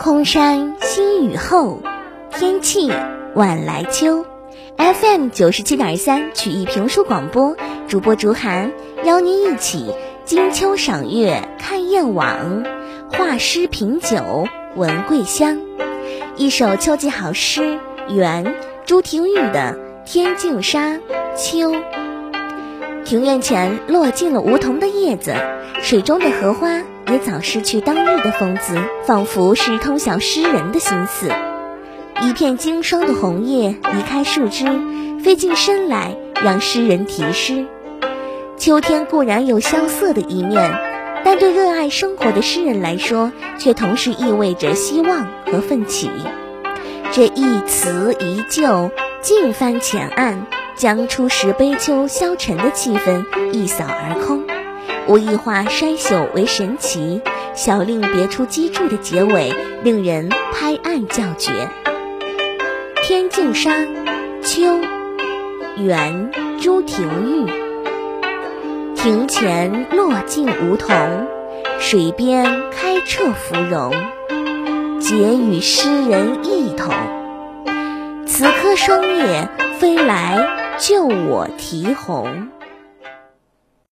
空山新雨后，天气晚来秋。 FM 97.3曲艺评书广播，主播竹涵邀您一起金秋赏月看燕网，画诗品酒闻桂香。一首秋季好诗，元朱廷玉的《天净沙·秋》。庭院前落尽了梧桐的叶子，水中的荷花也早失去当日的风姿，仿佛是通晓诗人的心思。一片经霜的红叶离开树枝，飞进身来，让诗人题诗。秋天固然有萧瑟的一面，但对热爱生活的诗人来说，却同时意味着希望和奋起。这一词一就，尽翻前岸，将初时悲秋消沉的气氛一扫而空，无意化衰朽为神奇，小令别出机杼的结尾令人拍案叫绝。天净沙·秋，元朱廷玉。庭前落尽梧桐，水边开彻芙蓉，结与诗人一同。此刻霜叶飞来，就我啼红。